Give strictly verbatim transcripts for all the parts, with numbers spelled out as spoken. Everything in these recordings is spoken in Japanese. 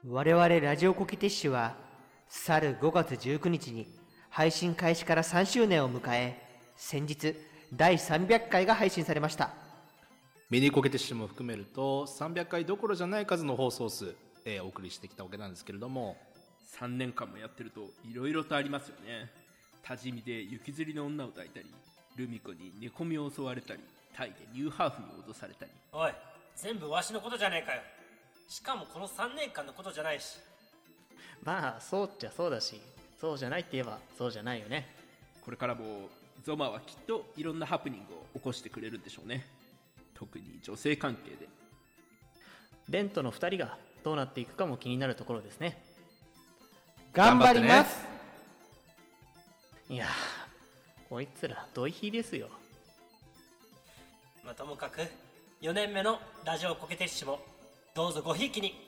我々ラジオコケティッシュは去るごがつじゅうくにちに配信開始からさんしゅうねんを迎え、先日だいさんびゃっかいが配信されました。 ミニコケティッシュも含めるとさんびゃっかいどころじゃない数の放送数、えー、お送りしてきたわけなんですけれども、 さんねんかんもやってるといろいろとありますよね。多治見で雪吊りの女を抱いたり、ルミ子に寝込みを襲われたり、タイでニューハーフに脅されたり。 おい、全部わしのことじゃねえかよ。しかもこのさんねんかんのことじゃないし。 まあそうっちゃそうだし、そうじゃないって言えばそうじゃないよね。 これからもゾマはきっといろんなハプニングを起こしてくれるんでしょうね。特に女性関係で。 レンとのふたりがどうなっていくかも気になるところですね。 頑張ります。 いやー、こいつらドイヒですよ。 まあともかくよねんめのラジオコケティッシュもどうぞごひいきに。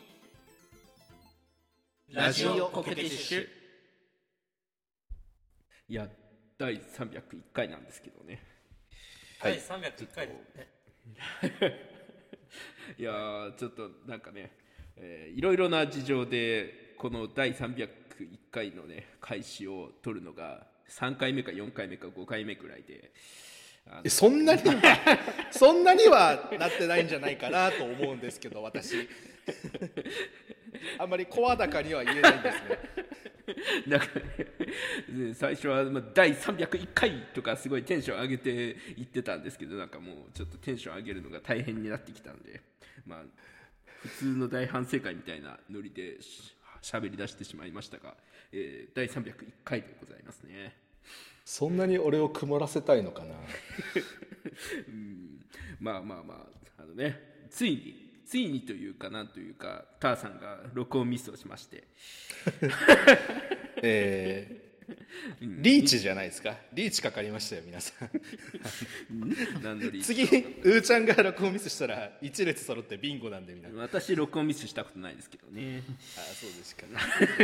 ラジオコケティッシュ。いや、だいさんびゃくいっかいなんですけどね。 はい、だいさんびゃくいっかいですね。 いやー、ちょっとなんかね、えー、いろいろな事情でこのだいさんびゃくいっかいのね開始を取るのがさんかいめかよんかいめかごかいめくらいで、 そんなにはそんなにはなってないんじゃないかなと思うんですけど、私あんまり声高には言えないんですね。 だからね、最初はだいさんびゃくいっかいとかすごいテンション上げて言ってたんですけど、なんかもうちょっとテンション上げるのが大変になってきたんで、まあ普通の大反省会みたいなノリでしゃべり出してしまいましたが、えー、だいさんびゃくいっかいでございますね。 そんなに俺を曇らせたいのかな。 うん、まあまあまあ、あのね、ついについにというかなんというか、母さんが録音ミスをしましてえー、リーチじゃないですか。リーチかかりましたよ皆さん。 何のリーチ。 次うーちゃんが録音ミスしたら一列揃ってビンゴなんで、皆さん。 私録音ミスしたことないですけどね。 あ、そうですかね。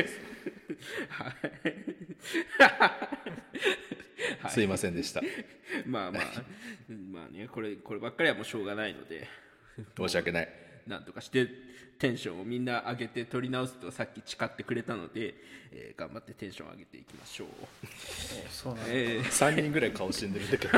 はい、すいませんでした。 まあまあまあね、これこればっかりはもうしょうがないので、 申し訳ない。 なんとかしてテンションをみんな上げて取り直すとさっき誓ってくれたので、えー、頑張ってテンション上げていきましょう。 そうなんだ、 えー、 さんにんぐらい顔死んでるんだけど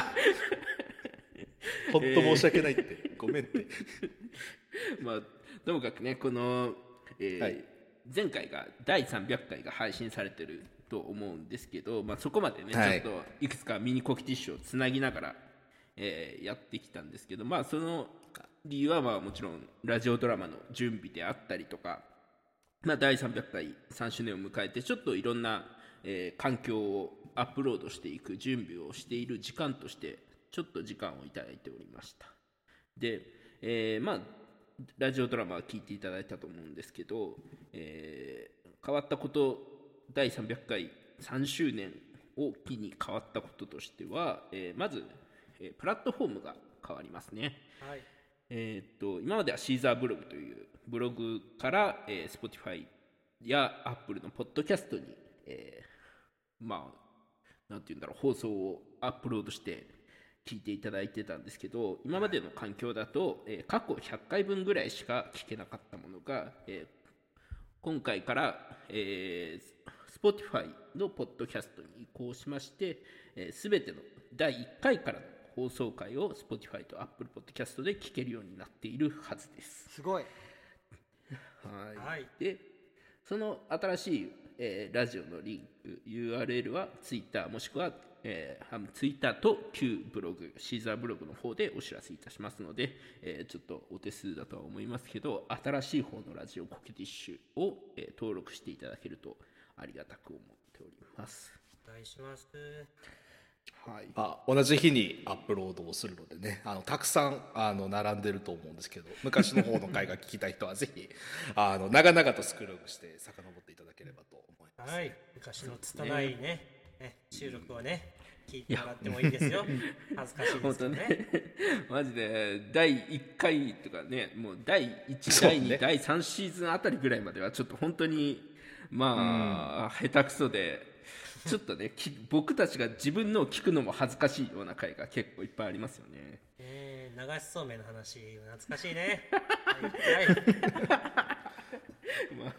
ほんと申し訳ないって、えー、ごめんってまあともかくね、この、えーはい、前回がだいさんびゃっかいが配信されてると思うんですけど、まあ、そこまでね、はい、ちょっといくつかミニコケティッシュをつなぎながら、えー、やってきたんですけど、まあその理由はまあもちろんラジオドラマの準備であったりとか、まあ、だいさんびゃっかいさんしゅうねんを迎えてちょっといろんな、えー、環境をアップロードしていく準備をしている時間としてちょっと時間をいただいておりました。で、えー、まあラジオドラマは聞いていただいたと思うんですけど、えー、変わったこと、だいさんびゃっかいさんしゅうねんを機に変わったこととしては、えー、まず、えー、プラットフォームが変わりますね。はい。えー、っと今まではシーザーブログというブログから、えー、Spotify や Apple のポッドキャストに、えー、まあなんていうんだろう、放送をアップロードして聞いていただいてたんですけど、今までの環境だと、えー、過去ひゃっかいぶんぐらいしか聞けなかったものが、えー、今回から、えー、Spotify のポッドキャストに移行しまして、えー、全てのだいいっかいからの放送回を Spotify と Apple Podcast で聞けるようになっているはずです。 すごい。 はい、はい、でその新しい、えー、ラジオのリンク ユーアールエル は Twitter もしくは、えー、Twitter と旧ブログシーザーブログの方でお知らせいたしますので、えー、ちょっとお手数だとは思いますけど、新しい方のラジオコケティッシュを、えー、登録していただけるとありがたく思っております。 お願いします。 はい、あ、同じ日にアップロードをするのでね、あのたくさんあの並んでると思うんですけど、昔の方の回が聞きたい人はぜひあの長々とスクロールして遡っていただければと思います。 はい、昔の拙い ね, ね, ね収録をね聞いてもらってもいいですよ。恥ずかしいですよ ね, ねマジでだいいっかいとかね、もうだいいち、だいに、だいさんシーズンあたりぐらいまではちょっと本当にまあ下手くそで、ちょっとね僕たちが自分のを聞くのも恥ずかしいような回が結構いっぱいありますよね。 えー、流しそうめんの話懐かしいね。はい、はいまあ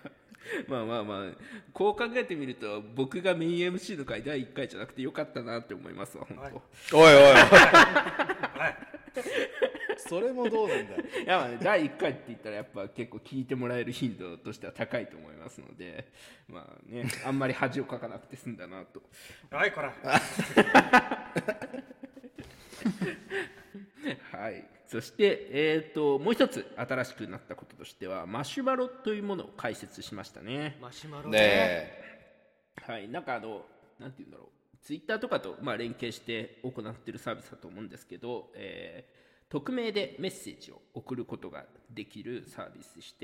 まあまあまあこう考えてみると僕がメイン エムシー の回だいいっかいじゃなくてよかったなって思いますわ本当。 おいおいおいはいそれもどうなんだよ。 いやまあねだいいっかいって言ったらやっぱ結構聞いてもらえる頻度としては高いと思いますので、まあねあんまり恥をかかなくて済んだなと。 はいこらはい、そして、えー、ともう一つ新しくなったこととしてはマシュマロというものを開設しましたね。 マシュマロねえ。 はい、なんかあのなんていうんだろうツイッターとかと、まあ、連携して行っているサービスだと思うんですけど、えー、匿名でメッセージを送ることができるサービスでして、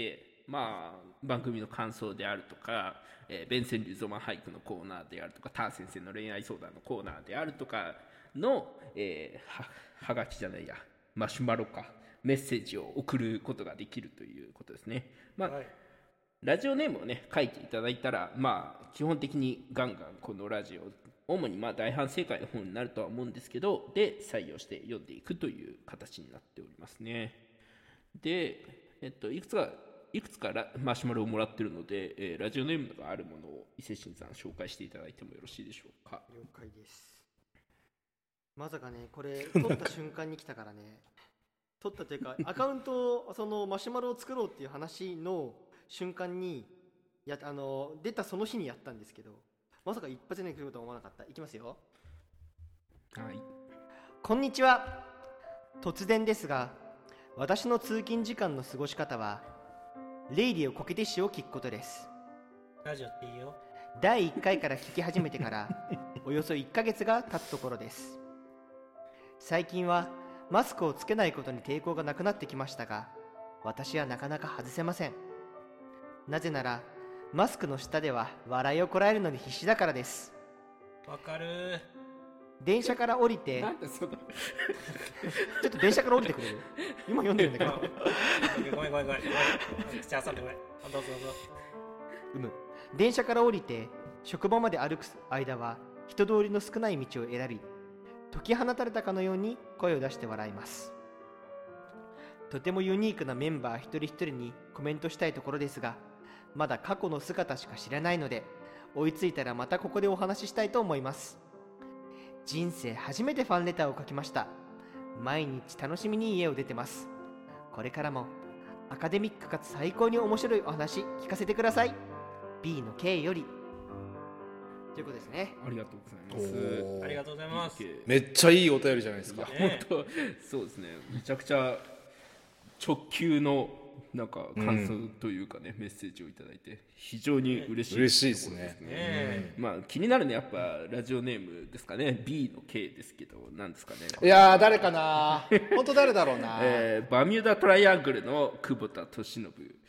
まあ、番組の感想であるとか、えー、弁川流ゾマ俳句のコーナーであるとかター先生の恋愛相談のコーナーであるとかの、えー、は, はがきじゃないやマシュマロかメッセージを送ることができるということですね。まあ、はい、ラジオネームをね書いていただいたら、まあ、基本的にガンガンこのラジオ主にまあ大反省会の方になるとは思うんですけどで採用して読んでいくという形になっておりますね。で、えっと、いくつかいくつかラマシュマロをもらってるので、えー、ラジオネームがあるものを伊勢神さん紹介していただいてもよろしいでしょうか。 了解です。まさかねこれ撮った瞬間に来たからね撮ったというかアカウントをそのマシュマロを作ろうっていう話の瞬間にやあの出たその日にやったんですけどまさか一発で来るとは思わなかった。いきますよ。 はい。 こんにちは。突然ですが私の通勤時間の過ごし方はレイディオコケティッシュを聞くことです。 ラジオっていいよ。 だいいっかいから聞き始めてからおよそいっかげつが経つところです。最近はマスクをつけないことに抵抗がなくなってきましたが私はなかなか外せません。なぜならマスクの下では笑いをこらえるのに必死だからです。 わかる。 電車から降りてなんでそのちょっと電車から降りてくれる今読んでるんだけどごめんごめんごめん口挟んでごめんどうぞどうぞ。 うむ電車から降りて職場まで歩く間は人通りの少ない道を選び解き放たれたかのように声を出して笑います。とてもユニークなメンバー一人一人にコメントしたいところですがまだ過去の姿しか知らないので追いついたらまたここでお話ししたいと思います。人生初めてファンレターを書きました。毎日楽しみに家を出てます。これからもアカデミックかつ最高に面白いお話聞かせてください。 B の K よりということですね。 ありがとうございます。 ありがとうございます。 めっちゃいいお便りじゃないですか。 本当そうですね。めちゃくちゃ直球のなんか感想というかね、うん、メッセージをいただいて非常に嬉しい、 嬉しいですね。 ね、うん、まあ気になるねやっぱラジオネームですかね。 B の K ですけどなんですかね。 いやー誰かな本当誰だろうな、 えー、バミューダトライアングルの久保田利伸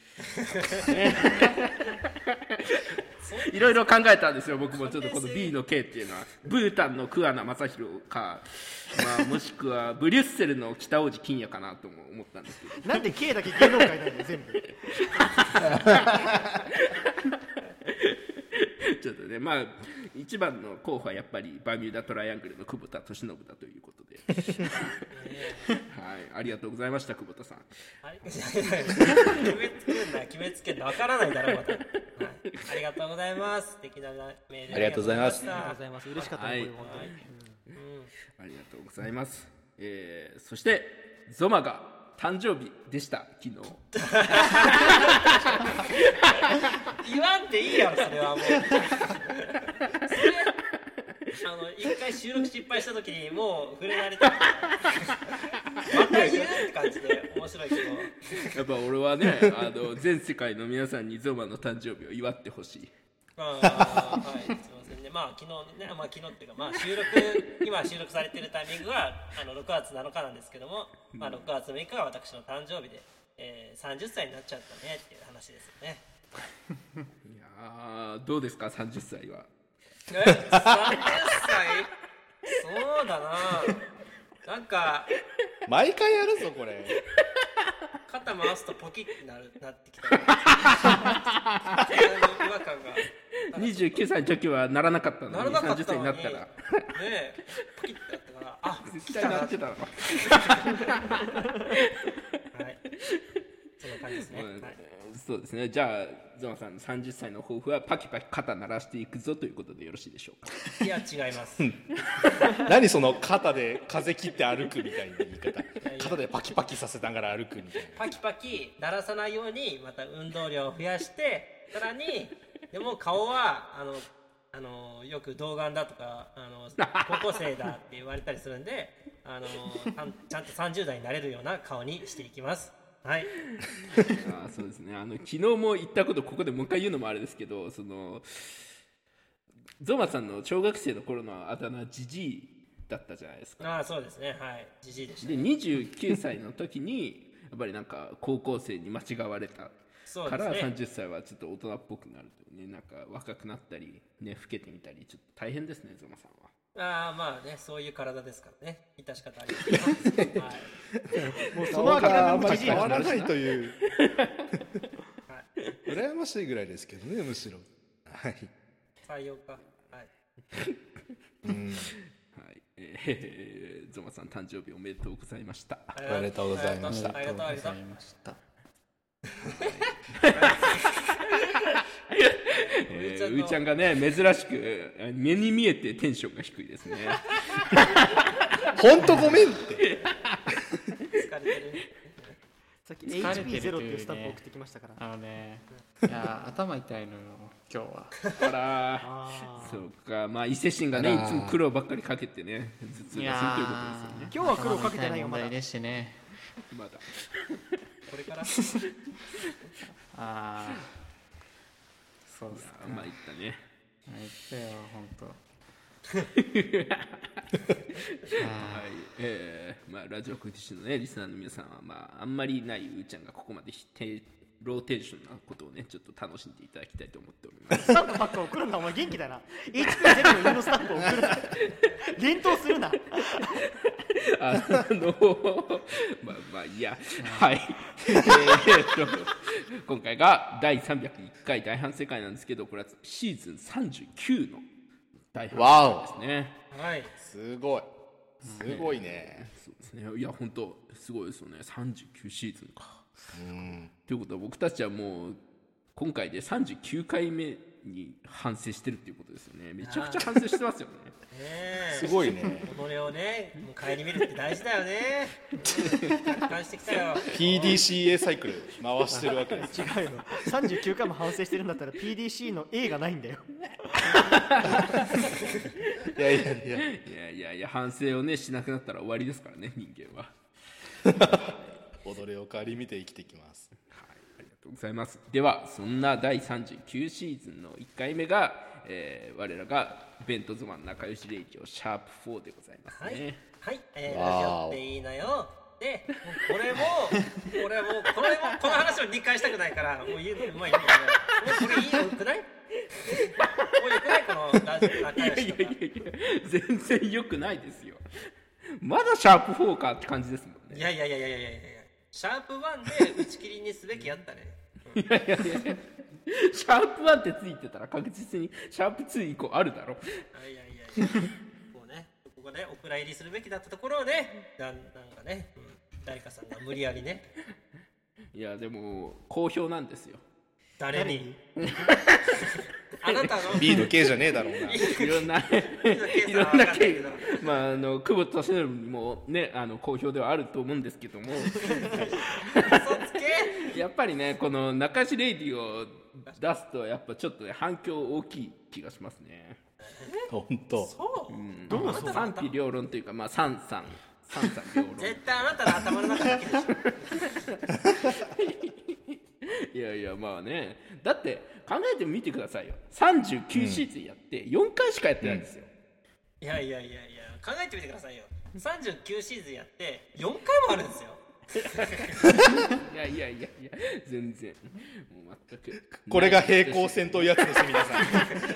いろいろ考えたんですよ僕も。ちょっとこの B の K っていうのはブータンの桑名正宏か、まあ、もしくはブリュッセルの北大路欣也かなとも思ったんですけどなんで K だけ芸能界なんだよ全部ちょっとねまあ一番の候補はやっぱりバミューダトライアングルの久保田利伸だということではい、ありがとうございました久保田さん。 はい、決めつけんな決めつけんなわからないだろうまた、はい、ありがとうございます。素敵なメールありがとうございます。 ありがとうございます。嬉しかったね、 はい、 これ本当に、 うん、ありがとうございます、えー、そしてゾマが誕生日でした昨日言わんでいいやろそれはもうそれあの一回収録失敗した時にもう触れられてまた言うって感じで面白いけどやっぱ俺はねあの全世界の皆さんにゾマの誕生日を祝ってほしい。 あはいすみませんね。まあ昨日ね、まあ、昨日っていうか、まあ、収録今収録されてるタイミングはあのろくがつなのかなんですけども、まあ、ろくがつむいかが私の誕生日で、えー、さんじゅっさいになっちゃったねっていう話ですよね。 いやどうですかさんじゅっさいは。 えさんじゅっさいそうだななんか毎回やるぞこれ肩回すとポキッてなるなってきた違和感がにじゅうきゅうさいの時はならなかったのにならなかったのにさんじゅっさいになったらねえポキッてやったからあ期待になってたのはいそんな感じですね、はい、 そうですね。じゃあゾマさんのさんじゅっさいの抱負はパキパキ肩鳴らしていくぞということでよろしいでしょうか。 いや違います何その肩で風切って歩くみたいな言い方。肩でパキパキさせながら歩くみたいな。 パキパキ鳴らさないようにまた運動量を増やして、さらにでも顔はあのあのよく童顔だとかあの高校生だって言われたりするんであのちゃんとさんじゅう代になれるような顔にしていきます。はい。 あ、そうですね。あの昨日も言ったことここでもう一回言うのもあれですけど、そのゾマさんの小学生の頃のあだ名ジジイだったじゃないですか。 ああ、そうですね。はい。ジジイでした、ね。 でにじゅうきゅうさいの時にやっぱりなんか高校生に間違われたから、ね、さんじゅっさいはちょっと大人っぽくなるとね、なんか若くなったりね、老けてみたりちょっと大変ですね、ゾマさんは。 ああ、まあね、そういう体ですからね。致し方ありません。はい。 もうその諦めも変わらないというはい、羨ましいぐらいですけどね、むしろ。はい。 採用か。はい。 うん。 はい。えー、ゾマさん誕生日おめでとうございました。 おめでとうございました。 ありがとうございました。 えー、うーちゃんがね珍しく目に見えてテンションが低いですね。 ほんとごめんって。 疲れてる。 さっき エイチピーゼロ っていうスタンプ送ってきましたから。 あのね、いや頭痛いのよ今日は。 あらー、そうか。まあ伊勢神がねいつも苦労ばっかりかけてね頭痛がするということですよね。 今日は苦労かけてないよまだ。 問題でしてね。 まだ。 これから。ああ、そうですか。 まあ言ったね。 まあ言ったよ本当。 はい、えー、まあラジオクリティッシュのねリスナーの皆さんはまああんまりないうーちゃんがここまでローテンションなことをねちょっと楽しんでいただきたいと思っております。 スタンプばっか送るな、お前元気だな。 エイチピーゼロ の上のスタンプを送るな。連投するな。 あのまあまあいや、はい、えー、と今回がだいさんびゃくいっかい大反省会なんですけど、これはシーズンさんじゅうきゅうの大反省会ですね。 はい、 すごいすごいね。 そうですね。いや本当すごいですよね。さんじゅうきゅうシーズンか。 うん。 ということは僕たちはもう今回でさんじゅうきゅうかいめに反省してるっていうことですよね。めちゃくちゃ反省してますよね。 ね、 すごいね。 これをね、もう帰り見るって大事だよね。達観してきたよ。 ピーディーシーエー サイクル回してるわけです。 違うの。さんじゅうきゅうかいも反省してるんだったら ピーディーシー の A がないんだよ。 いやいやいやいやいやいや、反省をねしなくなったら終わりですからね、人間は。 踊れを代わり見て生きていきます。 はい、ありがとうございます。ではそんなだいさんじゅうきゅうシーズンのいっかいめが、えー、我らがベントゾマン仲良しレイジオシャープよんでございますね。 はい、はい、えー、ラジオっていいのよ。で、これもこれもこれもこの話を理解したくないからもう言うのうまいんだけど、もうこれいいよくない？もうよくないこのラジオ仲良しとか。いやいやいや全然よくないですよ。まだシャープよんかって感じですもんね。 いやいやいやいやいやいやいや、シャープいちで打ち切りにすべきやったね。 いやいやいや、シャープいちってついてたら確実にシャープに以降あるだろ。 いやいやいや、こうね、ここね、お蔵入りするべきだったところをね、なんなんかね、うん、誰かさんが無理やりね。 いやでも好評なんですよ。 誰に？あなたの B の K じゃねえだろうな。 いろんないろんな経緯、まああの久保田俊もねあの好評ではあると思うんですけどもやっぱりねこの中志レイディを出すとやっぱちょっと、ね、反響大きい気がしますね。 本当。 そう。 うん、 どうなの？ 賛否両論というかまあ三三三三両論。 絶対あなたの頭の中だけでしょ。 いやいやまあね、だって考えてみてくださいよ。さんじゅうきゅうシーズンやってよんかいしかやってないんですよ。 うん、いやいやいやいや、考えてみてくださいよ。さんじゅうきゅうシーズンやってよんかいもあるんですよ。 いやいやいやいや、全然もう全くこれが平行線というやつです。皆さ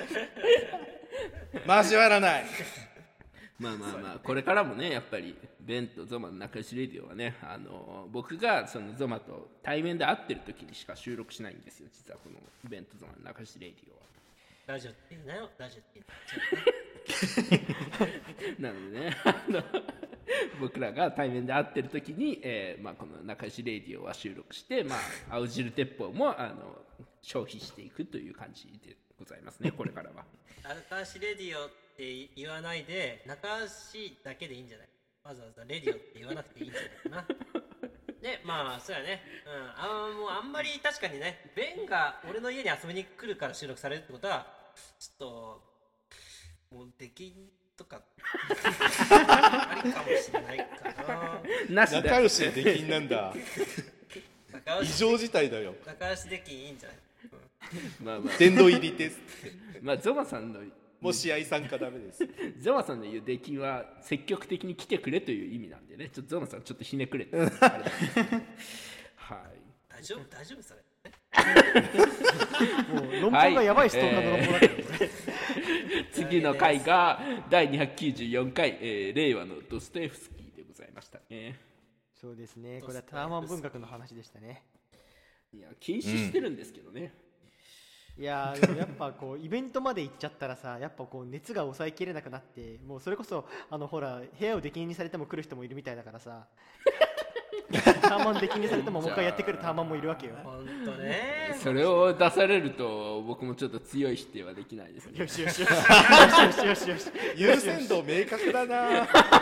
ん交わらない。 まあまあまあこれからもねやっぱりベンとゾマの仲良しレディオはね、あの僕がそのゾマと対面で会ってる時にしか収録しないんですよ、実はこのベンとゾマの仲良しレディオは。 ラジオって言うなよ、ラジオって言うなよ。 なのでね、あの僕らが対面で会ってる時に、えーまあ、この仲良しレイディオは収録して、まあ、青汁鉄砲もあの消費していくという感じでございますね、これからは。 仲良しレディオって言わないで、仲良しだけでいいんじゃない？わざわざレディオって言わなくていいんじゃないかな。で、まあ、そうやね。うん。あもうあんまり確かにね、ベンが俺の家に遊びに来るから収録されるってことは、ちょっと、もうできんとか、ありかもしれないかな。 なしだ仲良しできんなんだ。異常事態だよ。 仲良しできんいいんじゃない？ うん、まあまあ。 殿堂入りですって。 まあ、ゾマさんの、 もう試合参加ダメです。 ゾマさんの言う出禁は積極的に来てくれという意味なんでね、ちょっとゾマさんちょっとひねくれて。はい。 大丈夫大丈夫それ。 もう論法がやばいストーカーの論法だけど、ね、はい、 次の回がだいにひゃくきゅうじゅうよんかい、えー、令和のドストエフスキーでございましたね。 そうですね、これはターマン文学の話でしたね。 いや禁止してるんですけどね、 うん、いやでもやっぱこうイベントまで行っちゃったらさ、やっぱこう熱が抑えきれなくなって、もうそれこそあのほら部屋を出禁にされても来る人もいるみたいだからさターマン出禁にされてももう一回やってくるターマンもいるわけよ。 本当ね。 それを出されると僕もちょっと強い否定はできないですね。 よしよしよしよしよしよし優先度明確だな。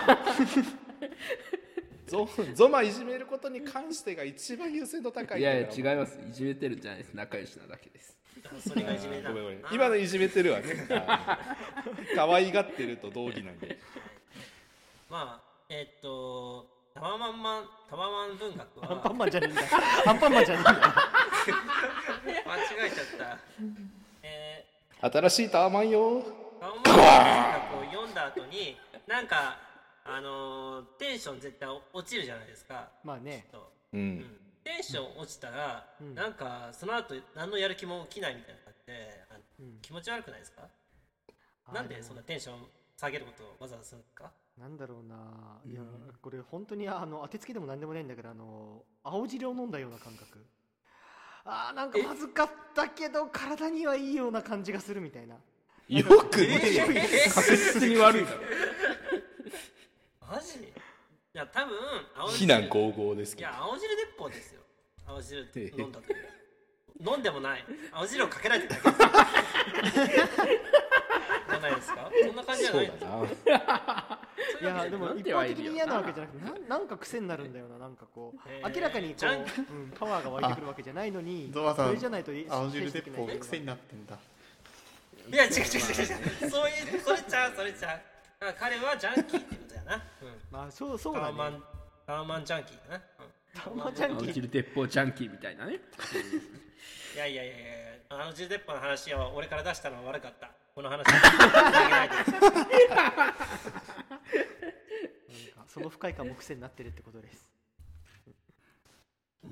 ゾ, ゾマいじめることに関してが一番優先度高い。 いやいや違います、いじめてるんじゃないです、仲良しなだけです。 それがいじめだ。 ごめんごめん、今のいじめてるわね。可愛がってると同義なんで。 まあえっとタワマンマンタワマン文学はアンパンマンじゃねえんだ。アンパンマンじゃねえんだ。 間違えちゃった。えー、新しいタワマンよ。 タワマン文学を読んだ後になんかあのー、テンション絶対落ちるじゃないですか。 まあね、 うんうん、 テンション落ちたら、うん、なんかその後何のやる気も起きないみたいな感じで、うん、気持ち悪くないですか？なんでそんなテンション下げることをわざわざするんですか？ なんだろうな、いや、うん、これ本当にあの当てつけでもなんでもないんだけど、あの青汁を飲んだような感覚。あーなんかまずかったけど体にはいいような感じがするみたいな。 よくねえよ、 確実に悪いだろ。 マジ？いや多分青汁非難合々ですけど。 いや青汁鉄砲ですよ。青汁って飲んだ時は飲んでもない、青汁をかけられてるだけですじゃないですか。そんな感じじゃないですか。 いやでも一般的に嫌なわけじゃなくて、な, なんか癖になるんだよな。なんかこう明らかにこう、うん、パワーが湧いてくるわけじゃないのに、 ゾワさんそれじゃないと青汁鉄砲癖になってんだ。 いや違う違う違う違う、そういうそれちゃうそれちゃう。彼はジャンキーってことやな。うん、 まあそうそうだね。 タワマンタワマンジャンキーだな。 うん、タワマンジャンキー。 青汁鉄砲ジャンキーみたいなね。 いやいやいやいや、青汁鉄砲の話は俺から出したのは悪かった。この話はその不快感も癖になってるってことです。 うん、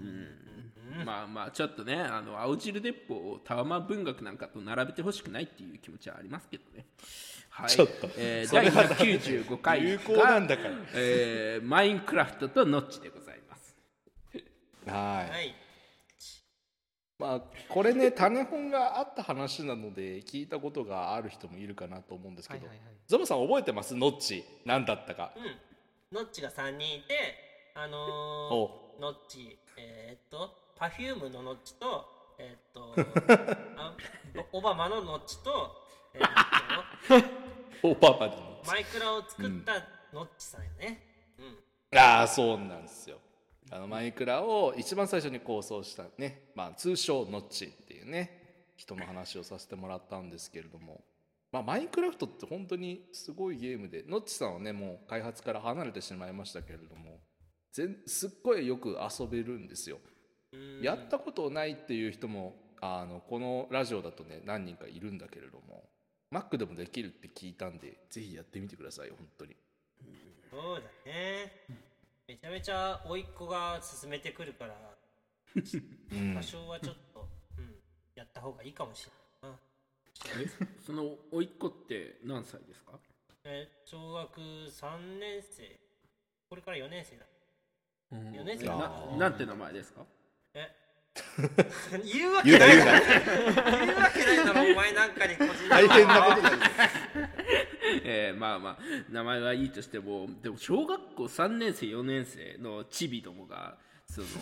まあまあちょっとね、あの青汁鉄砲をタワマン文学なんかと並べてほしくないっていう気持ちはありますけどね。はい、 ちょっと、 えー、だいにひゃくきゅうじゅうごかいが有効なんだから、 えー、マインクラフトとノッチでございます。 はい、 はい、 まあこれね種本があった話なので聞いたことがある人もいるかなと思うんですけど、はいはいはい、ゾマさん覚えてます？ノッチ何だったか。 うん、ノッチがさんにんいて、あのー、ノッチ、えー、っとパフュームのノッチと、えー、っとあオバマのノッチと、えー、っとオバマのマイクラを作ったノッチさんよね。うんうん、ああそうなんですよ。あのマイクラを一番最初に構想したね、まあ、通称ノッチっていうね人の話をさせてもらったんですけれども、まあ、マインクラフトって本当にすごいゲームで、ノッチさんはねもう開発から離れてしまいましたけれども、全すっごいよく遊べるんですよ。やったことないっていう人もあのこのラジオだとね何人かいるんだけれども、 Mac でもできるって聞いたんでぜひやってみてくださいよ本当に。 そうだね、めちゃめちゃ甥っ子が進めてくるから、うん、多少はちょっと、うん、やった方がいいかもしれないな。 えその甥っ子って何歳ですか？ え小学さんねん生、これからよねん生だ。 うん、 よねん生な、なんて名前ですか？ え言うわけないだろ言うわけないだろお前なんかに個人大変なことだえー、まあまあ名前はいいとしても、でも小学校さんねん生よねん生のチビどもがその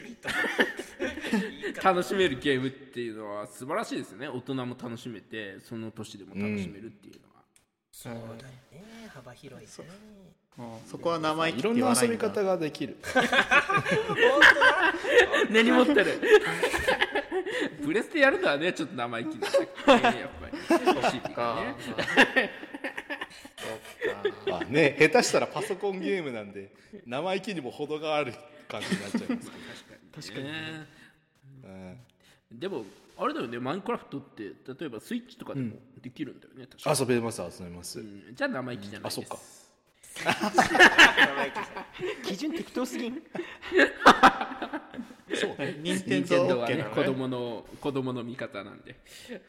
楽しめるゲームっていうのは素晴らしいですね。大人も楽しめてその年でも楽しめるっていうのは、うん、 そうだよね、幅広いですね。 そこは生意気いろんな遊び方ができる。 本当だ根に持ってるプレステやるのはねちょっと生意気だったねやっぱり欲しいかねあね、下手したらパソコンゲームなんで生意気にも程がある感じになっちゃいますけど確かにね、 うん、 でもあれだよね、マインクラフトって例えばスイッチとかでもできるんだよね、うん、確かに遊べます遊べます、 うん、じゃあ生意気じゃないです、うん、 あそっか基準適当すぎんそうね、任天堂はね、子供の子供の味方なんで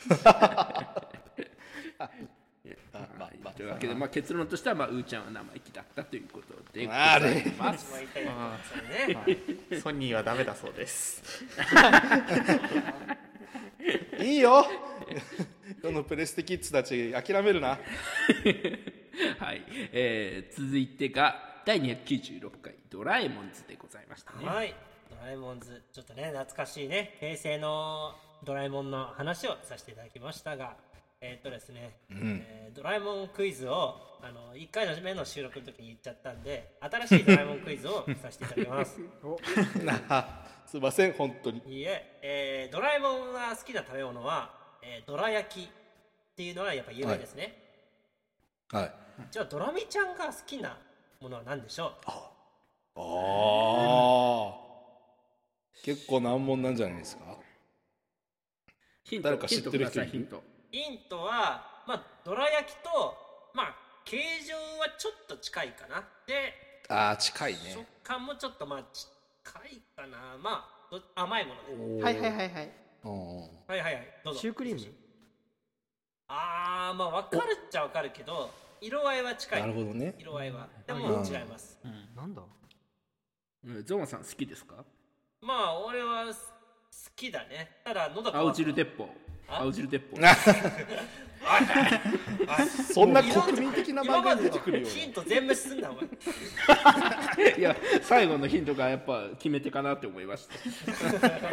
というわけで、まあ、結論としては、まあ、うーちゃんは生意気だったということでございます。 ソニーはダメだそうですいいよ世のプレステキッズたち諦めるなはい、えー、続いてがだいにひゃくきゅうじゅうろっかいドラえもんズでございましたね。 はい、ドラえもんズ、ちょっとね懐かしいね平成のドラえもんの話をさせていただきましたが、えーっとですね、うんえー、ドラえもんクイズをあのいっかいの目の収録の時に言っちゃったんで、新しいドラえもんクイズをさせていただきますすいません本当に。 いいええー、ドラえもんが好きな食べ物は、えー、ドラ焼きっていうのはやっぱ有名ですね。 はい、はい、 じゃあドラミちゃんが好きなものは何でしょう。 ああ結構難問なんじゃないですか。 ヒント誰か知ってる人いる？ ヒントヒントは、まあ、ドラ焼きと、まあ、形状はちょっと近いかな。で、 あー近いね。 食感もちょっとまあ近いかな。まあ甘いもので。 はいはいはいはい。 はいはいはい。どうぞ。 シュークリーム。 あーまあ分かるっちゃ分かるけど、色合いは近い。 なるほどね。 色合いは。でも違います。 うん、なんだ。 ゾマさん好きですか？ まあ俺は好きだね。ただ喉青汁鉄砲。青汁鉄砲そんな国民的な漫画に出てくるようなヒント全部すんなお前いや最後のヒントがやっぱ決め手かなって思いましたいや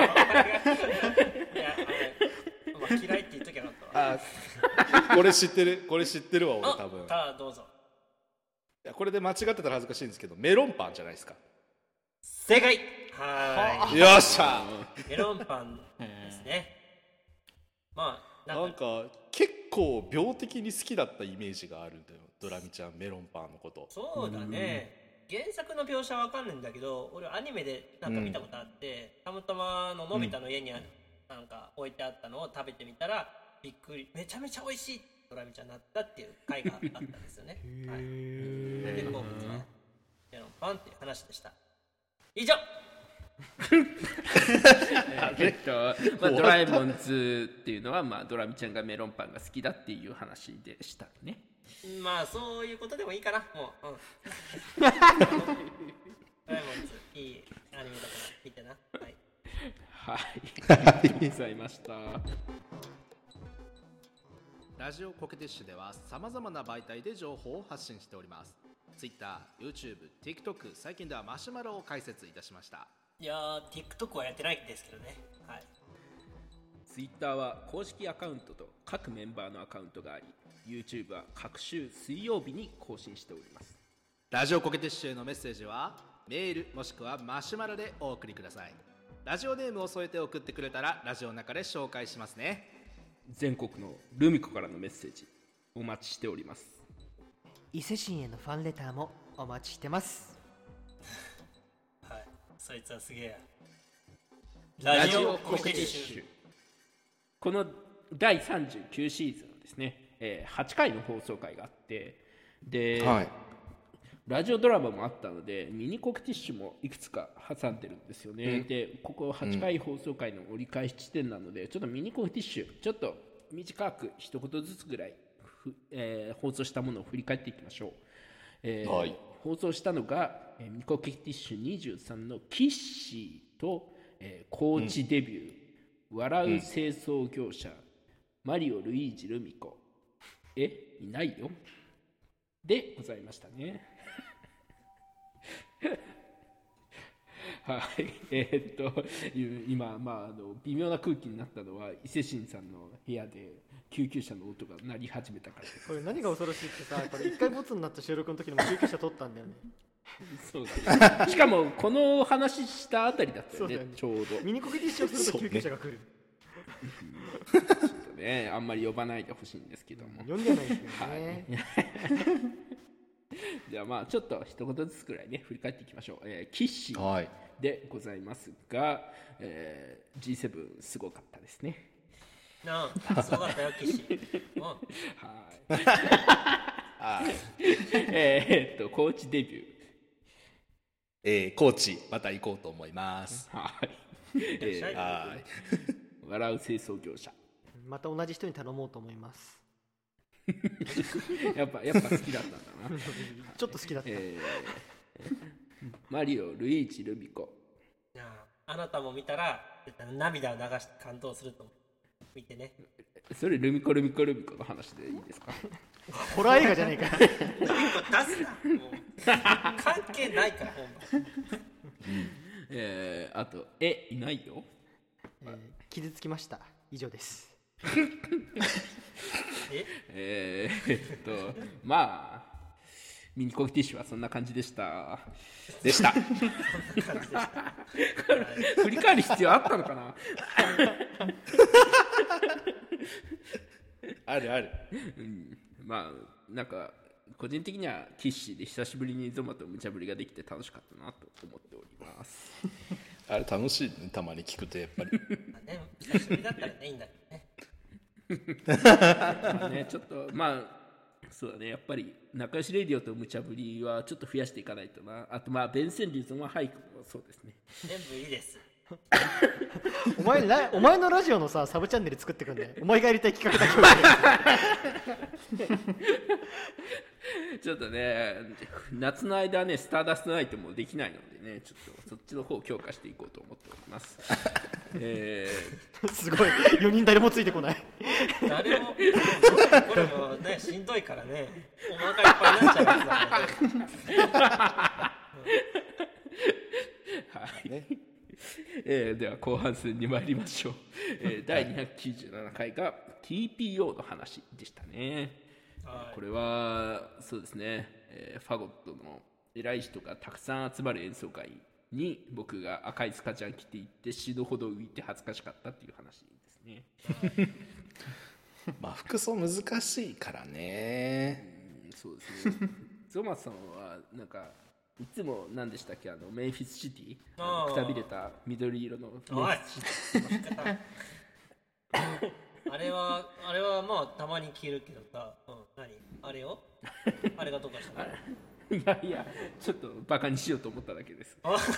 あの、まあ、嫌いって言っときゃよかったわ。 あこれ知ってるこれ知ってるわ俺多分。 ただどうぞ。 いやこれで間違ってたら恥ずかしいんですけどメロンパンじゃないですか。 正解。はーいよっしゃメロンパンですね。まあなんか結構病的に好きだったイメージがあるんだよドラミちゃんメロンパンのこと。 そうだね、原作の描写は分かんないんだけど俺アニメでなんか見たことあって、うん、たまたまののび太の家になんか置いてあったのを食べてみたらびっくりめちゃめちゃ美味しいドラミちゃんになったっていう回があったんですよねはい、で好物はメロンパンっていう話でした。以上えっとまあ、ドラえもんズっていうのは、まあ、ドラミちゃんがメロンパンが好きだっていう話でしたね。 まあそういうことでもいいかなもう、うん、ドラえもんズいいアニメだから見てな。はいはいありがとうございました。 ラジオコケティッシュではさまざまな媒体で情報を発信しております。 Twitter、YouTube、TikTok、 最近ではマシュマロを開設いたしました。 いやー TikTok はやってないんですけどね。はい。 Twitter は公式アカウントと各メンバーのアカウントがあり、 YouTube は各週水曜日に更新しております。 ラジオコケティッシュへのメッセージはメールもしくはマシュマロでお送りください。ラジオネームを添えて送ってくれたらラジオの中で紹介しますね。 全国のルミ子からのメッセージお待ちしております。 伊勢神へのファンレターもお待ちしてます。 はい、そいつはすげえや。ラジオコケティッシュ、このだいさんじゅうきゅうシーズンですね、えー、はちかいの放送回があって、で、はい、ラジオドラマもあったのでミニコケティッシュもいくつか挟んでるんですよね、うん、でここはちかい放送回の折り返し地点なので、うん、ちょっとミニコケティッシュちょっと短く一言ずつぐらいえー、放送したものを振り返っていきましょう、えーはい、放送したのが、えー、ミニコケティッシュにじゅうさんのキッシーと、えー、コーチデビュー、うん、笑う清掃業者、うん、マリオルイージルミコ、えいないよ、 でございましたね。はい、えー、っと今、まあ、あの微妙な空気になったのは伊勢神さんの部屋で救急車の音が鳴り始めたから。 これ何が恐ろしいってさ、これ一回ボツになった収録の時にも救急車取ったんだよね。 そうだね。しかもこの話したあたりだったよ ね, よねちょうどミニコケティッシュをすると救急車が来る。 ちょっとね、あんまり呼ばないでほしいんですけども。 呼んではないですけどね。 はいじゃあまあちょっと一言ずつくらいね振り返っていきましょう。えー、キッシーでございますが、はいえー、ジーセブン すごかったですね。 なあ、すごかったよキッシー。 はいえーっとコーチデビュー、 えー、コーチまた行こうと思います。 はい、えー、はい笑う清掃業者また同じ人に頼もうと思います。 やっぱやっぱ好きだったんだな。 ちょっと好きだった、 えー、マリオ、ルイージ、ルミコ。 あ, あなたも見たら涙を流して感動すると思う。見てね。 それルミコルミコルミコの話でいいですか？ ホラー映画じゃねえか。 ルミコ出すなもう関係ないからほんま、 えー、あとえいないよ、 えー、傷つきました以上です。 ええー、っとまあミニコキティッシュはそんな感じでしたでしたそんな感じでした振り返る必要あったのかな。 あるある、 うん、まあなんか個人的にはキッシーで久しぶりにゾマと無茶ぶりができて楽しかったなと思っております。 あれ楽しいね、たまに聞くとやっぱり。 まあね、久しぶりだったらねいいんだけどね。 まあね、ちょっとまあそうだね、やっぱり仲良しレディオと無茶ぶりはちょっと増やしていかないとな。あとまあベンセンリューズの俳句もそうですね。 全部いいです。 お前ラお前のラジオのさサブチャンネル作ってくんね。お前がやりたい企画だけをちょっとね夏の間ねスターダストナイトもできないのでね、ちょっとそっちの方を強化していこうと思っております。えー、すごいよにん誰もついてこない。 誰もこれもねしんどいからね、お腹いっぱいになっちゃうやつだはい、ねえー、では後半戦に参りましょう。えー、だいにひゃくきゅうじゅうななかいが ティーピーオー の話でしたね。はい、これはそうですね、えー、ファゴットの偉い人がたくさん集まる演奏会に僕が赤いスカジャン着ていって死ぬほど浮いて恥ずかしかったっていう話ですね。 まあ服装難しいからね。 うん、そうですね。ゾマさんはなんかいつも何でしたっけ、あのメンフィスシティ、あくたびれた緑色のメンフィスシティ。 あれはあれはまあたまに着るけどさ、うん、何あれをあれがどうかしたの？ いやいやちょっとバカにしようと思っただけです。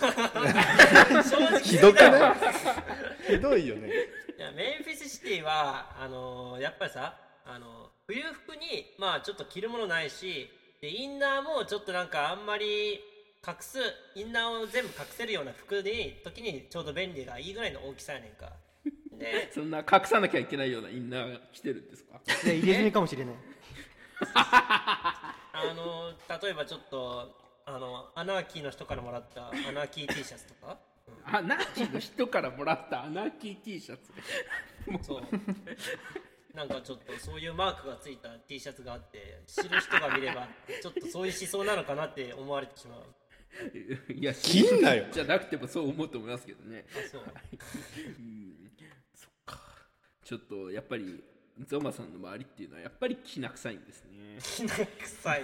ひどくない？ひどいよね。 いやメンフィスシティはあのー、やっぱりさ、あのー、冬服にまあちょっと着るものないし、でインナーもちょっとなんかあんまり隠す、インナーを全部隠せるような服に時にちょうど便利がいいぐらいの大きさやねんか。 でそんな隠さなきゃいけないようなインナーが着てるんですか？ いや入れ墨かもしれない。 あの例えばちょっとあのアナーキーの人からもらったアナーキー T シャツとか、 うん、アナーキーの人からもらったアナーキー T シャツそうなんかちょっとそういうマークがついた T シャツがあって、知る人が見ればちょっとそういう思想なのかなって思われてしまう。 いや着んなよじゃなくてもそう思うと思いますけどね。 あそううん、そっか、ちょっとやっぱりゾマさんの周りっていうのはやっぱりきな臭いんですね。 きな臭い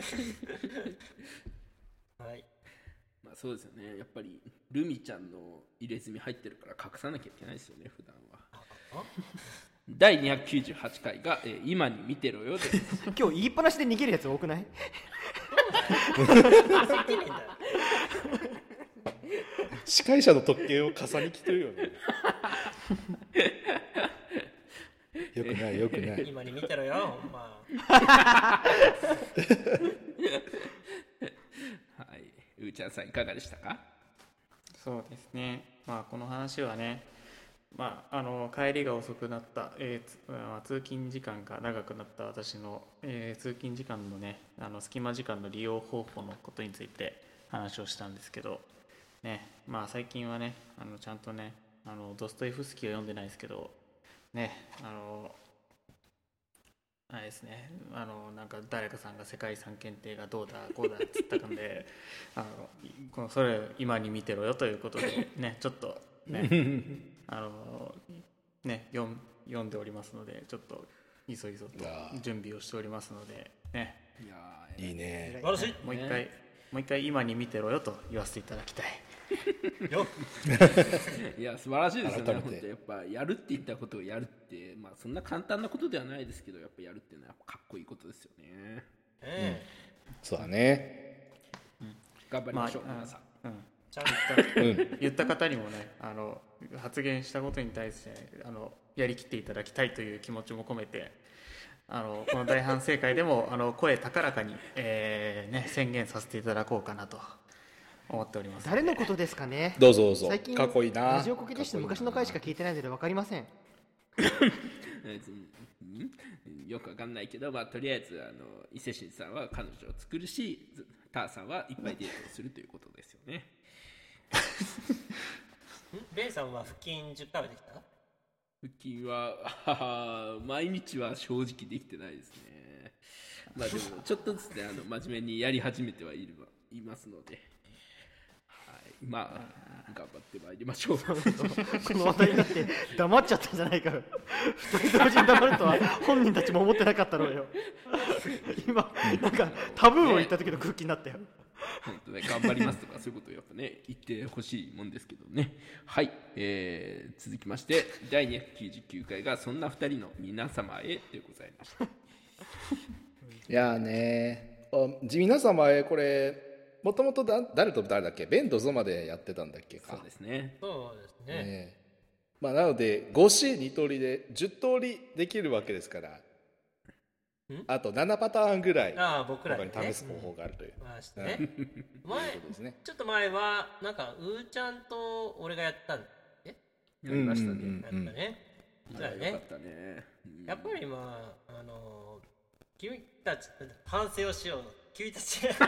はい、 まあそうですよね、やっぱりルミちゃんの入れ墨入ってるから隠さなきゃいけないですよね、普段は。だいにひゃくきゅうじゅうはちかいが、えー、今に見てろよです。 今日言いっぱなしで逃げるやつ多くない？ 司会者の特権を重ねきてるよね。よくないよくない。 今に見てろよ、ほんま。 はい、うーちゃんさんいかがでしたか？ そうですね、まあこの話はね、 まあ、あの帰りが遅くなった、えーつまあ、通勤時間が長くなった私の、えー通勤時間のね、あの隙間時間の利用方法のことについて話をしたんですけど、ね、まあ最近はね、あのちゃんとね、あのドストエフスキーを読んでないですけど、ね、あのあれですね、あのなんか誰かさんが世界遺産検定がどうだこうだっつったんであのこのそれ今に見てろよということでね、ちょっとねあのね読ん読んでおりますので、ちょっといそいそと準備をしておりますのでね、 いやいいね。 素晴らしいもう一回、ね、もう一回今に見てろよと言わせていただきたい。 よいや素晴らしいですよね。 改めて本当やっぱやるって言ったことをやるって、まあそんな簡単なことではないですけど、やっぱやるっていうのはやっぱかっこいいことですよね。 えそうだね。 頑張りましょう、 まあ皆さん。 うんちゃんとうん。 言った方にもね、あの発言したことに対してあのやりきっていただきたいという気持ちも込めて、あのこの大反省会でもあの声高らかに、えーね、宣言させていただこうかなと思っております。 誰のことですかね。 どうぞどうぞ。 最近かっこいいな。 ラジオコケティッシュの昔の回しか聞いてないので分かりません。 えーうんよくわかんないけど、まあ、とりあえずあの伊勢神さんは彼女を作るし、ずターさんはいっぱいデートをするということですよね。 んベンさんは腹筋じゅっかいはできた？ 腹筋ははは毎日は正直できてないですね。まあでもちょっとずつね、あの真面目にやり始めてはいるいますので、はい、まあ頑張ってまいりましょう。 この話題になって黙っちゃったんじゃないかよ。二人同時に黙るとは本人たちも思ってなかったろうよ。今なんかタブーを言った時の空気になったよ。 本当ね、頑張りますとかそういうことをやっぱね言ってほしいもんですけどね。はい、えー、続きましてだいにひゃくきゅうじゅうきゅうかいがそんなふたりの皆様へでございました。 いやーねー、あ皆様へこれもともと誰と誰だっけ、ベンとゾマでやってたんだっけか。 そうですね。 そうですね。 ねまあ、なのでご子に通りでじゅっとおりできるわけですから、あとななパターンぐらいああ僕ら他にねに試す方法があるという、 ましてね。 という前ことですね。 ちょっと前はなんかうーちゃんと俺がやったんだえやりましたね。 うんうんうんやったね。 あそうだね。 れよかったね。うんやっぱりまああのー君たち反省をしよう。君たち君たち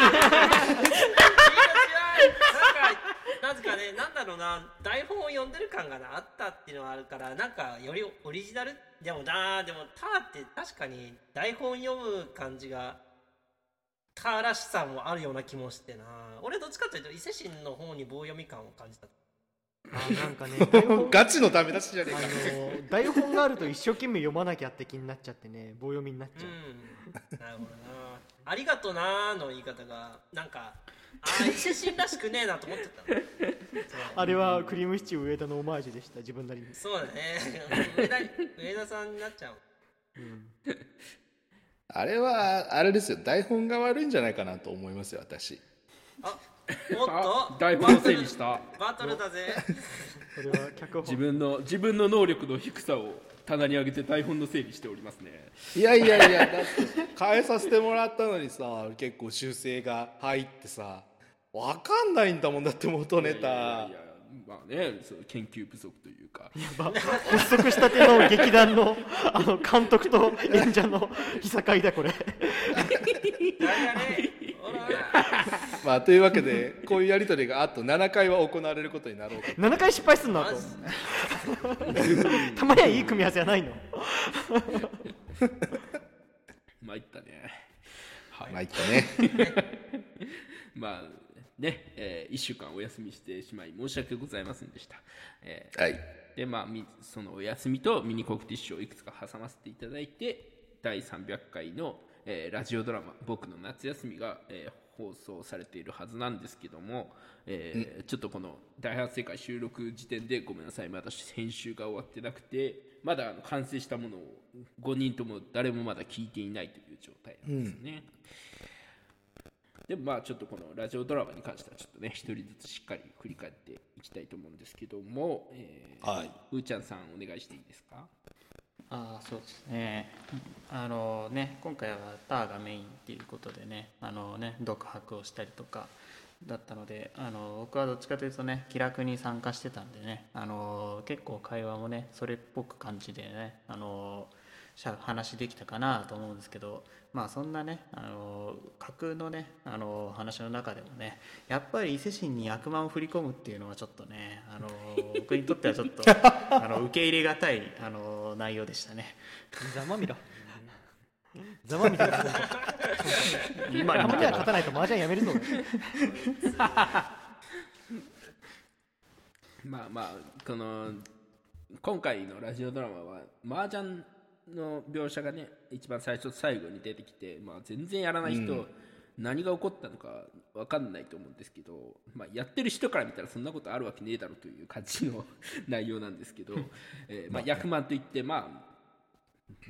はなんかなぜかね、なんだろうな、台本を読んでる感がなあったっていうのはあるから、なんかよりオリジナルでもな、でもターって確かに台本読む感じがターらしさもあるような気もしてな。俺どっちかというと伊勢神の方に棒読み感を感じた。 あなんかね、台本ガチのダメ出しじゃねえあか。 の台本があると一生懸命読まなきゃって気になっちゃってね、棒読みになっちゃう。 うん、なるほどな。ありがとなーの言い方がなんかあー伊勢神らしくねえなと思っちゃったの。そうあれはクリームシチュー上田のオマージュでした、自分なりに。 そうだね。上田上田さんになっちゃう。 あれはあれですよ、台本が悪いんじゃないかなと思いますよ私。 あ、おっと台本を整理したバトルだぜ。 それは脚本。 自分の自分の能力の低さを棚に上げて台本の整理しておりますね。 いやいやいや、だって変えさせてもらったのにさ、結構修正が入ってさ、わかんないんだもんだって元ネタ。 いやいやいやまあね、その研究不足というか。 発足したての劇団のあの監督と演者のいさかいだこれ。 誰やね。ほら。 まあというわけでこういうやり取りがあとななかいは行われることになろうか。 ななかい失敗すんのあと。たまにはいい組み合わせじゃないの。 参ったね。はい。 まあいったね。 まあね、えー、いっしゅうかんお休みしてしまい申し訳ございませんでした。えーはい。 でまあみそのお休みとミニコクティッシュをいくつか挟ませていただいてだいさんびゃっかいの、えーラジオドラマ「僕の夏休みが」えー放送されているはずなんですけども、えーちょっとこの大反省会収録時点でごめんなさい、まだ編集が終わってなくてまだあの完成したものをごにんとも誰もまだ聞いていないという状態なんですね。でもまあちょっとこのラジオドラマに関してはちょっとね一人ずつしっかり振り返っていきたいと思うんですけども、えーはい。 うーちゃんさんお願いしていいですか。 ああそうですね。あのね今回はターがメインっていうことでね、あのね独白をしたりとか、 だったので、あの僕はどっちかというとね気楽に参加してたんでね、あの結構会話もねそれっぽく感じでね、あの話できたかなと思うんですけど、まあそんなねあの架空のねあの話の中でもね、やっぱり伊勢神に悪魔を振り込むっていうのはちょっとね、あの僕にとってはちょっとあの受け入れがたいあの内容でしたね。 ざまみろざまみろ今たまには勝たないと麻雀やめるぞまあまあこの今回のラジオドラマは麻雀の描写がね一番最初と最後に出てきて、まあ、全然やらない人、うん、何が起こったのか分かんないと思うんですけど、まあ、やってる人から見たらそんなことあるわけねえだろという感じの内容なんですけど、えーまあ、役満といってまあうん、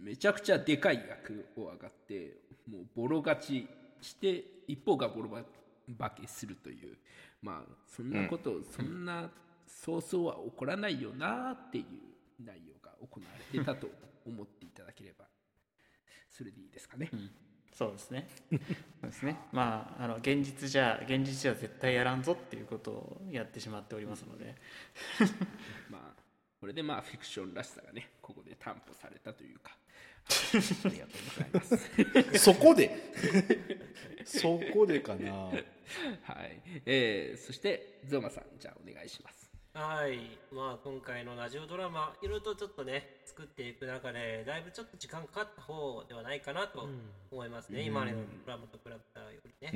めちゃくちゃでかい役を上がってもうボロ勝ちして一方がボロ負けするという、まあそんなこと、うん、そんなそうそうは起こらないよなっていう内容が行われてたと思っていただければそれでいいですかね、うん、 そうですねそうですねまああの現実じゃ現実じゃ絶対やらんぞっていうことをやってしまっておりますのでまあこれでまあフィクションらしさがねここで担保されたというかありがとうございますそこでそこでかなはい、 えー、そしてゾウマさんじゃあお願いします。 はい、まあ今回のラジオドラマいろいろとちょっとね作っていく中でだいぶちょっと時間かかった方ではないかなと思いますね、うん、今までのドラマと比べたよりね、 うん、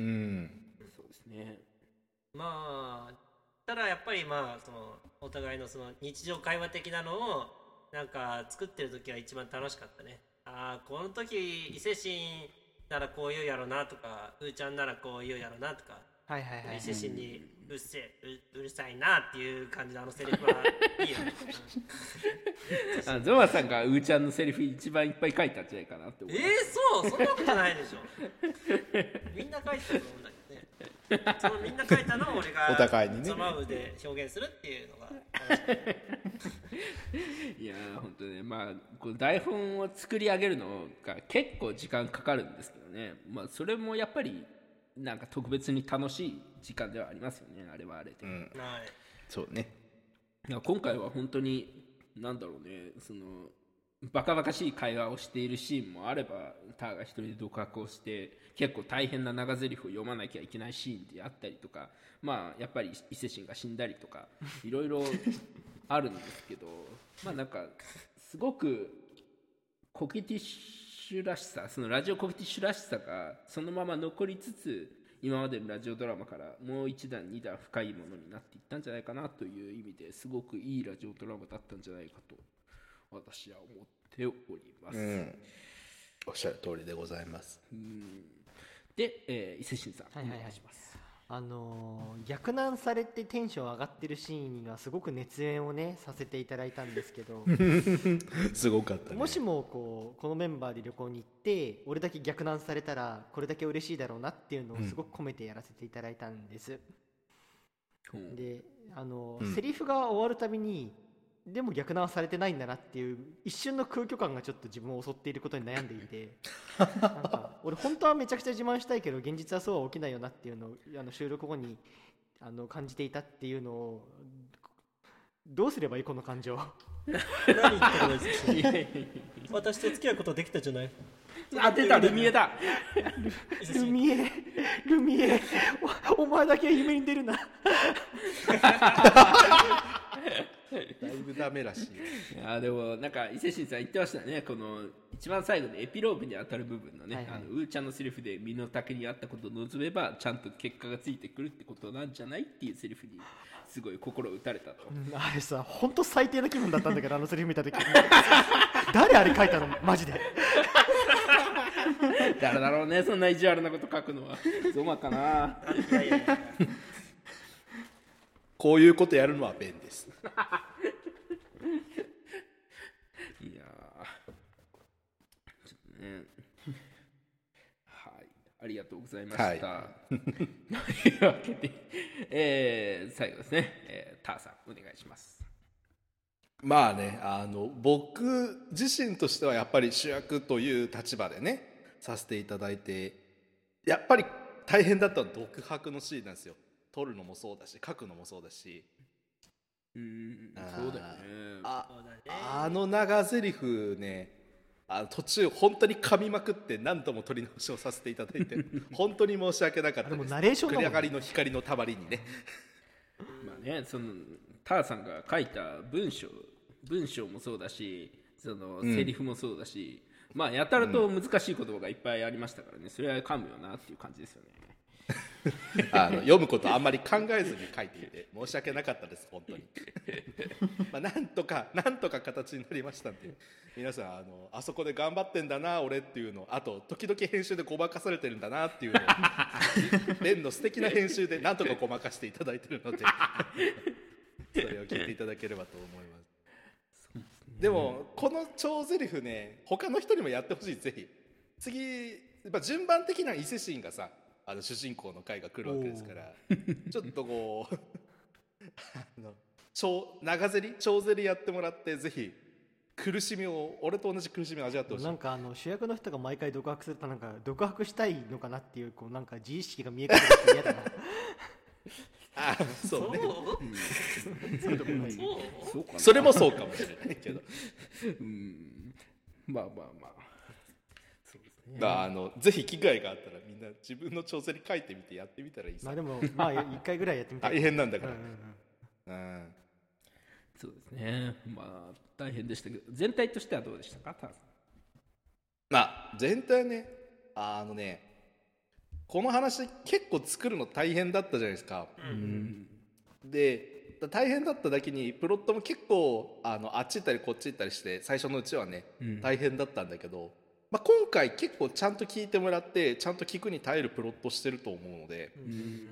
そうですね。 まあただやっぱりまあそのお互いのその日常会話的なのをなんか作ってる時は一番楽しかったね。ああこの時伊勢神ならこう言うやろなとかうーちゃんならこう言うやろなとか、 はいはいはい、 伊勢神にうっせえ う, うるさいなっていう感じのあのセリフはいいよねあゾマさんがうーちゃんのセリフ一番いっぱい書いたんじゃないかなって思う。 えー、そうそんなことないでしょみんな書いてると思うんだけどそのみんな書いたのを俺がお互いにねゾマウで表現するっていうのが楽しかったいやー本当ね、まあこの台本を作り上げるのが結構時間かかるんですけどね、まあそれもやっぱりなんか特別に楽しい時間ではありますよね、あれはあれで、うん、 はい、 そうね。 いや今回は本当になんだろうね、そのバカバカしい会話をしているシーンもあれば、ターが一人で独白をして結構大変な長台詞を読まなきゃいけないシーンであったりとか、まあやっぱり伊勢神が死んだりとかいろいろあるんですけどまあなんかすごくコケティッシュらしさ、そのラジオコケティッシュらしさがそのまま残りつつ、今までのラジオドラマからもう一段二段深いものになっていったんじゃないかなという意味ですごくいいラジオドラマだったんじゃないかと私は思っております、うん、 おっしゃる通りでございます。 うんで、えー、伊勢神さん、はいはいはい、お願いします。 あのー、逆難されてテンション上がってるシーンにはすごく熱演をねさせていただいたんですけどすごかったね。 もしもこうこのメンバーで旅行に行って俺だけ逆難されたらこれだけ嬉しいだろうなっていうのをすごく込めてやらせていただいたんです、うん、であの、うん、セリフが終わるたびにでも逆難されてないんだなっていう一瞬の空虚感がちょっと自分を襲っていることに悩んでいてなんか俺本当はめちゃくちゃ自慢したいけど現実はそうは起きないよなっていうのをあの収録後にあの感じていたっていうのをどうすればいいこの感情何言ってるんですか私と付き合うことできたじゃない。 あ出たルミエだルミエルミエ お, お前だけは夢に出るなだいぶダメらしい。 いやでもなんか伊勢神さん言ってましたね、この一番最後でエピローグに当たる部分のね、はいはい、あのうーちゃんのセリフで身の丈にあったことを望めばちゃんと結果がついてくるってことなんじゃないっていうセリフにすごい心打たれたと、 うん、あれさ本当最低な気分だったんだけどあのセリフ見た時誰あれ書いたのマジで誰だろうねそんな意地悪なこと書くのはゾマかな。いやいやいやこういうことやるのはベンですいやちょっとねはいありがとうございました、はい、というわけで、えー、最後ですね、えー、ターさんお願いします。 まあねあの僕自身としてはやっぱり主役という立場でねさせていただいて、やっぱり大変だったのは独白のシーンなんですよ。撮るのもそうだし書くのもそうだし、 うんそうだよね。 ああの長ゼリフね、あの途中本当に噛みまくって何度も撮り直しをさせていただいて本当に申し訳なかったです。 でもナレーションだもんね。 繰り上がりの光のたまりにねまあね、そのターさんが書いた文章文章もそうだし、そのセリフもそうだし、うん、まあやたらと難しい言葉がいっぱいありましたからね、それは噛むよなっていう感じですよねあの読むことあんまり考えずに書いていて申し訳なかったです本当にまあなんとかなんとか形になりましたんで、皆さんあのあそこで頑張ってんだな俺っていうの、あと時々編集でごまかされてるんだなっていうのをレンの素敵な編集でなんとかごまかしていただいてるのでそれを聞いていただければと思います。でもこの超ゼリフね、他の人にもやってほしい。ぜひ次やっぱ順番的な伊勢シーンがさ、あの主人公の回が来るわけですからちょっとこうあの超長ゼリ超ゼリやってもらって、ぜひ苦しみを俺と同じ苦しみを味わってほしい。 なんかあの主役の人が毎回独白するとなんか独白したいのかなっていう、こうなんか自意識が見えてくるって嫌だなあそうねそうそうかな、 それもそうかもしれないけどうんまあまあまあそうですね。 まあ、あのぜひ機会があったらみんな自分の挑戦に書いてみてやってみたらいいさ。 まあでもまあ一回ぐらいやってみたい。 大変なんだから、 うんうんうんうん、 そうですね。まあ大変でしたけど、全体としてはどうでしたか、ターさん。 まあ全体ね、あのねこの話結構作るの大変だったじゃないですか、うん、で大変だっただけにプロットも結構 あのあっち行ったりこっち行ったりして最初のうちはね、うん、大変だったんだけど、まあ、今回結構ちゃんと聞いてもらってちゃんと聞くに耐えるプロットしてると思うので、うん、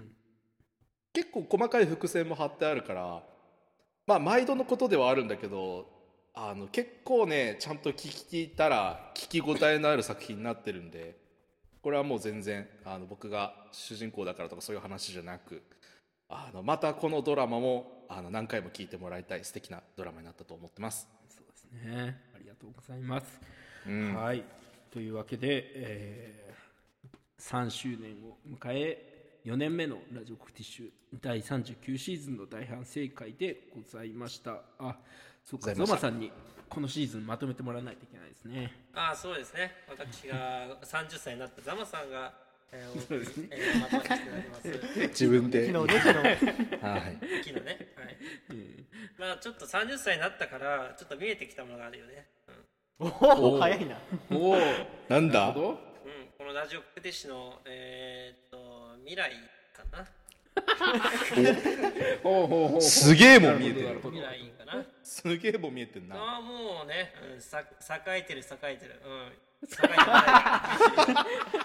結構細かい伏線も張ってあるから、まあ毎度のことではあるんだけど、あの結構ねちゃんと聞いたら聞き応えのある作品になってるんで、これはもう全然あの僕が主人公だからとかそういう話じゃなく、あのまたこのドラマもあの何回も聞いてもらいたい素敵なドラマになったと思ってます。 そうですね、ありがとうございます、 うん、 はい、というわけで、えー、さんしゅうねんを迎えよねんめのラジオコクティッシュだいさんじゅうきゅうシーズンの大反省会でございました。あ、そうか、ゾマさんにこのシーズンまとめてもらわないといけないですね。 ああ、そうですね。私がさんじゅっさいになったザマさんが、えーそうですね、えー、まとめていただきます自分で昨日ね昨日はい昨日ね、はい、うん、まあちょっとさんじゅっさいになったからちょっと見えてきたものがあるよね、 うん、おお早いなおおなんだ、 うん、このラジオコクティッシュの、えー、っと未来かなすげえもん見えてる。 未来かな。 すげえもん見えてるな。 ああもうね、うん、さ栄えてる栄えてる。うん。栄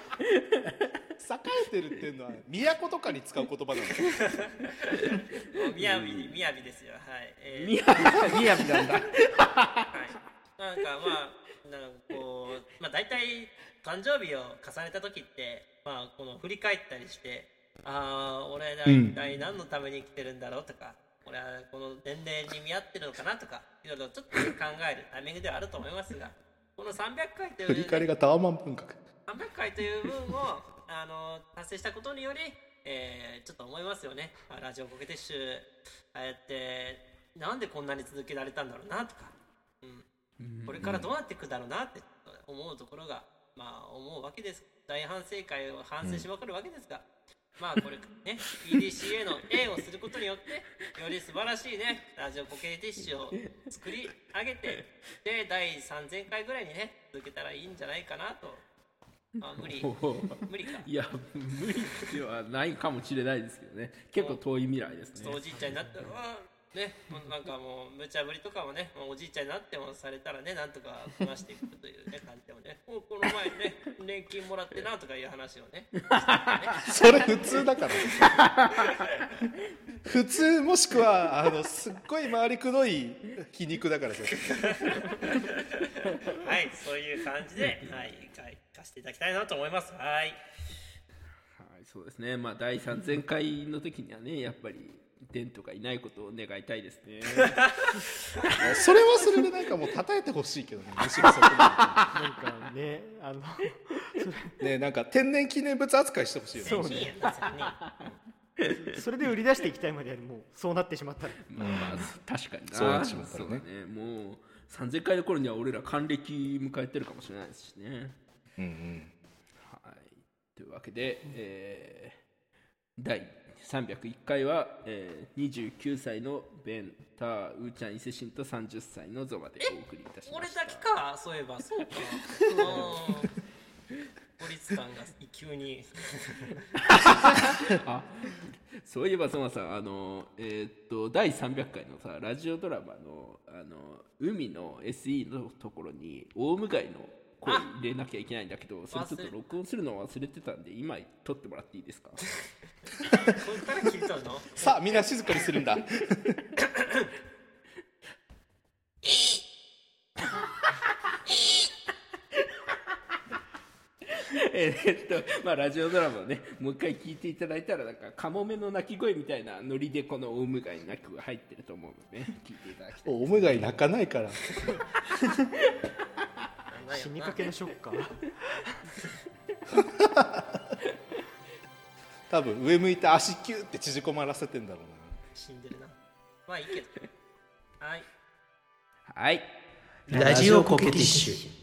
えてるっていうのは都とかに使う言葉なんですか。 みやびみやびですよ。はい。 えー、みやみやびなんだ。はい。 なんかまあなんかこうまあ大体誕生日を重ねた時ってまあこの振り返ったりして。ああ俺は一体何のために生きてるんだろうとか、うん、俺はこの年齢に見合ってるのかなとかいろいろちょっと考えるタイミングではあると思いますが、このさんびゃっかいという、ね、 振り返りがタワマン文学さんびゃっかいという分をあの達成したことにより、えー、ちょっと思いますよね。ラジオコケティッシュああやってなんでこんなに続けられたんだろうなとか、うん、これからどうなっていくだろうなって思うところがまあ思うわけです。大反省会を反省しまくるわけですが、うんまあこれね ピーディーシーエー の A をすることによってより素晴らしいねラジオコケティッシュを作り上げてでだいさんぜんかいぐらいにね続けたらいいんじゃないかなと。あ無理無理か。 いや無理ではないかもしれないですけどね、結構遠い未来ですね。 おじいちゃんになったらね、なんかもう無茶ぶりとかもねおじいちゃんになってもされたらねなんとかこなしていくというね感じでもねこの前ね年金もらってなとかいう話をねそれ普通だから普通もしくはあのすっごい回りくどい皮肉だからさはいそういう感じではい貸していただきたいなと思います。はい、はい、 そうですね。まあだいさんぜんかいの時にはねやっぱりデントがいないことを願いたいですね。 それはそれでなんかもう叩いてほしいけどね、むしろそこでなんかね、あのね、なんか天然記念物扱いしてほしいよね。 そうねそれで売り出していきたいまでやる、もうそうなってしまったら、 まあ、まあ確かにな、 そうなってしまったらね。 そうね、もうさんぜんかいの頃には俺ら還暦迎えてるかもしれないですしね。 うんうん。 はい、というわけで、えー、だいさんびゃくいっかいは、えー、にじゅうきゅうさいのベン、ター、ウーちゃん、伊勢神とさんじゅっさいのゾマでお送りいたしま俺した。 だけか、そういえばそうか孤立感が急にあ、そういえばゾマさん、あの、えー、っとだいさんびゃっかいのさラジオドラマの、あの海の エスイー のところにオウムガイの声入れなきゃいけないんだけど、それちょっと録音するの忘れてたんで今撮ってもらっていいですか？ これから聞いたのさあみんな静かにするんだ。 えーっとまあラジオドラマをねもう一回聞いていただいたら、なんかカモメの鳴き声みたいなノリでこのオウムガイの鳴き声が入ってると思うので、ね、聞いていただきたい。 オウムガイ泣かないから。 死にかけのショッカー多分上向いて足キューって縮こまらせてんだろうな。 死んでるな。まあいいけど。はい。 はい。 ラジオコケティッシュ。